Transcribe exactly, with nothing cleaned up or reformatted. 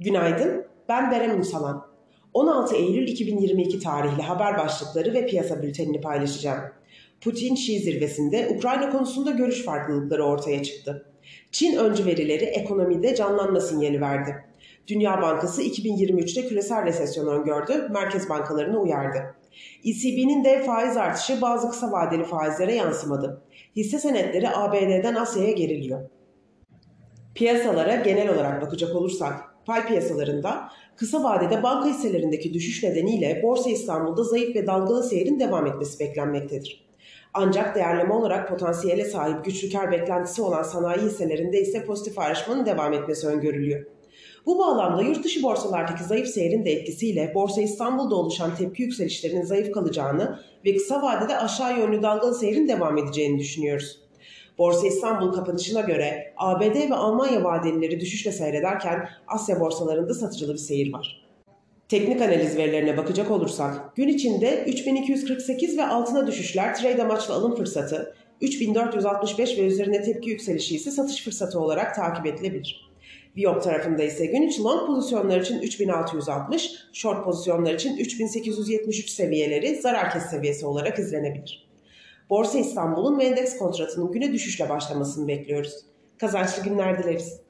Günaydın, ben Berem Ünsalan. on altı Eylül iki bin yirmi iki tarihli haber başlıkları ve piyasa bültenini paylaşacağım. Putin-Şi zirvesinde Ukrayna konusunda görüş farklılıkları ortaya çıktı. Çin öncü verileri ekonomide canlanma sinyali verdi. Dünya Bankası iki bin yirmi üçte küresel resesyon öngördü, merkez bankalarını uyardı. E C B'nin de faiz artışı bazı kısa vadeli faizlere yansımadı. Hisse senetleri A B D'den Asya'ya geriliyor. Piyasalara genel olarak bakacak olursak, pay piyasalarında kısa vadede banka hisselerindeki düşüş nedeniyle Borsa İstanbul'da zayıf ve dalgalı seyrin devam etmesi beklenmektedir. Ancak değerleme olarak potansiyele sahip güçlü kar beklentisi olan sanayi hisselerinde ise pozitif ayrışmanın devam etmesi öngörülüyor. Bu bağlamda yurt dışı borsalardaki zayıf seyrin de etkisiyle Borsa İstanbul'da oluşan tepki yükselişlerinin zayıf kalacağını ve kısa vadede aşağı yönlü dalgalı seyrin devam edeceğini düşünüyoruz. Borsa İstanbul kapanışına göre A B D ve Almanya vadelileri düşüşle seyrederken Asya borsalarında satıcılı bir seyir var. Teknik analiz verilerine bakacak olursak, gün içinde üç bin iki yüz kırk sekiz ve altına düşüşler trade amaçlı alım fırsatı, üç bin dört yüz altmış beş ve üzerine tepki yükselişi ise satış fırsatı olarak takip edilebilir. Viyop tarafında ise gün içi long pozisyonlar için üç bin altı yüz altmış, short pozisyonlar için üç bin sekiz yüz yetmiş üç seviyeleri zarar kes seviyesi olarak izlenebilir. Borsa İstanbul'un ve endeks kontratının güne düşüşle başlamasını bekliyoruz. Kazançlı günler dileriz.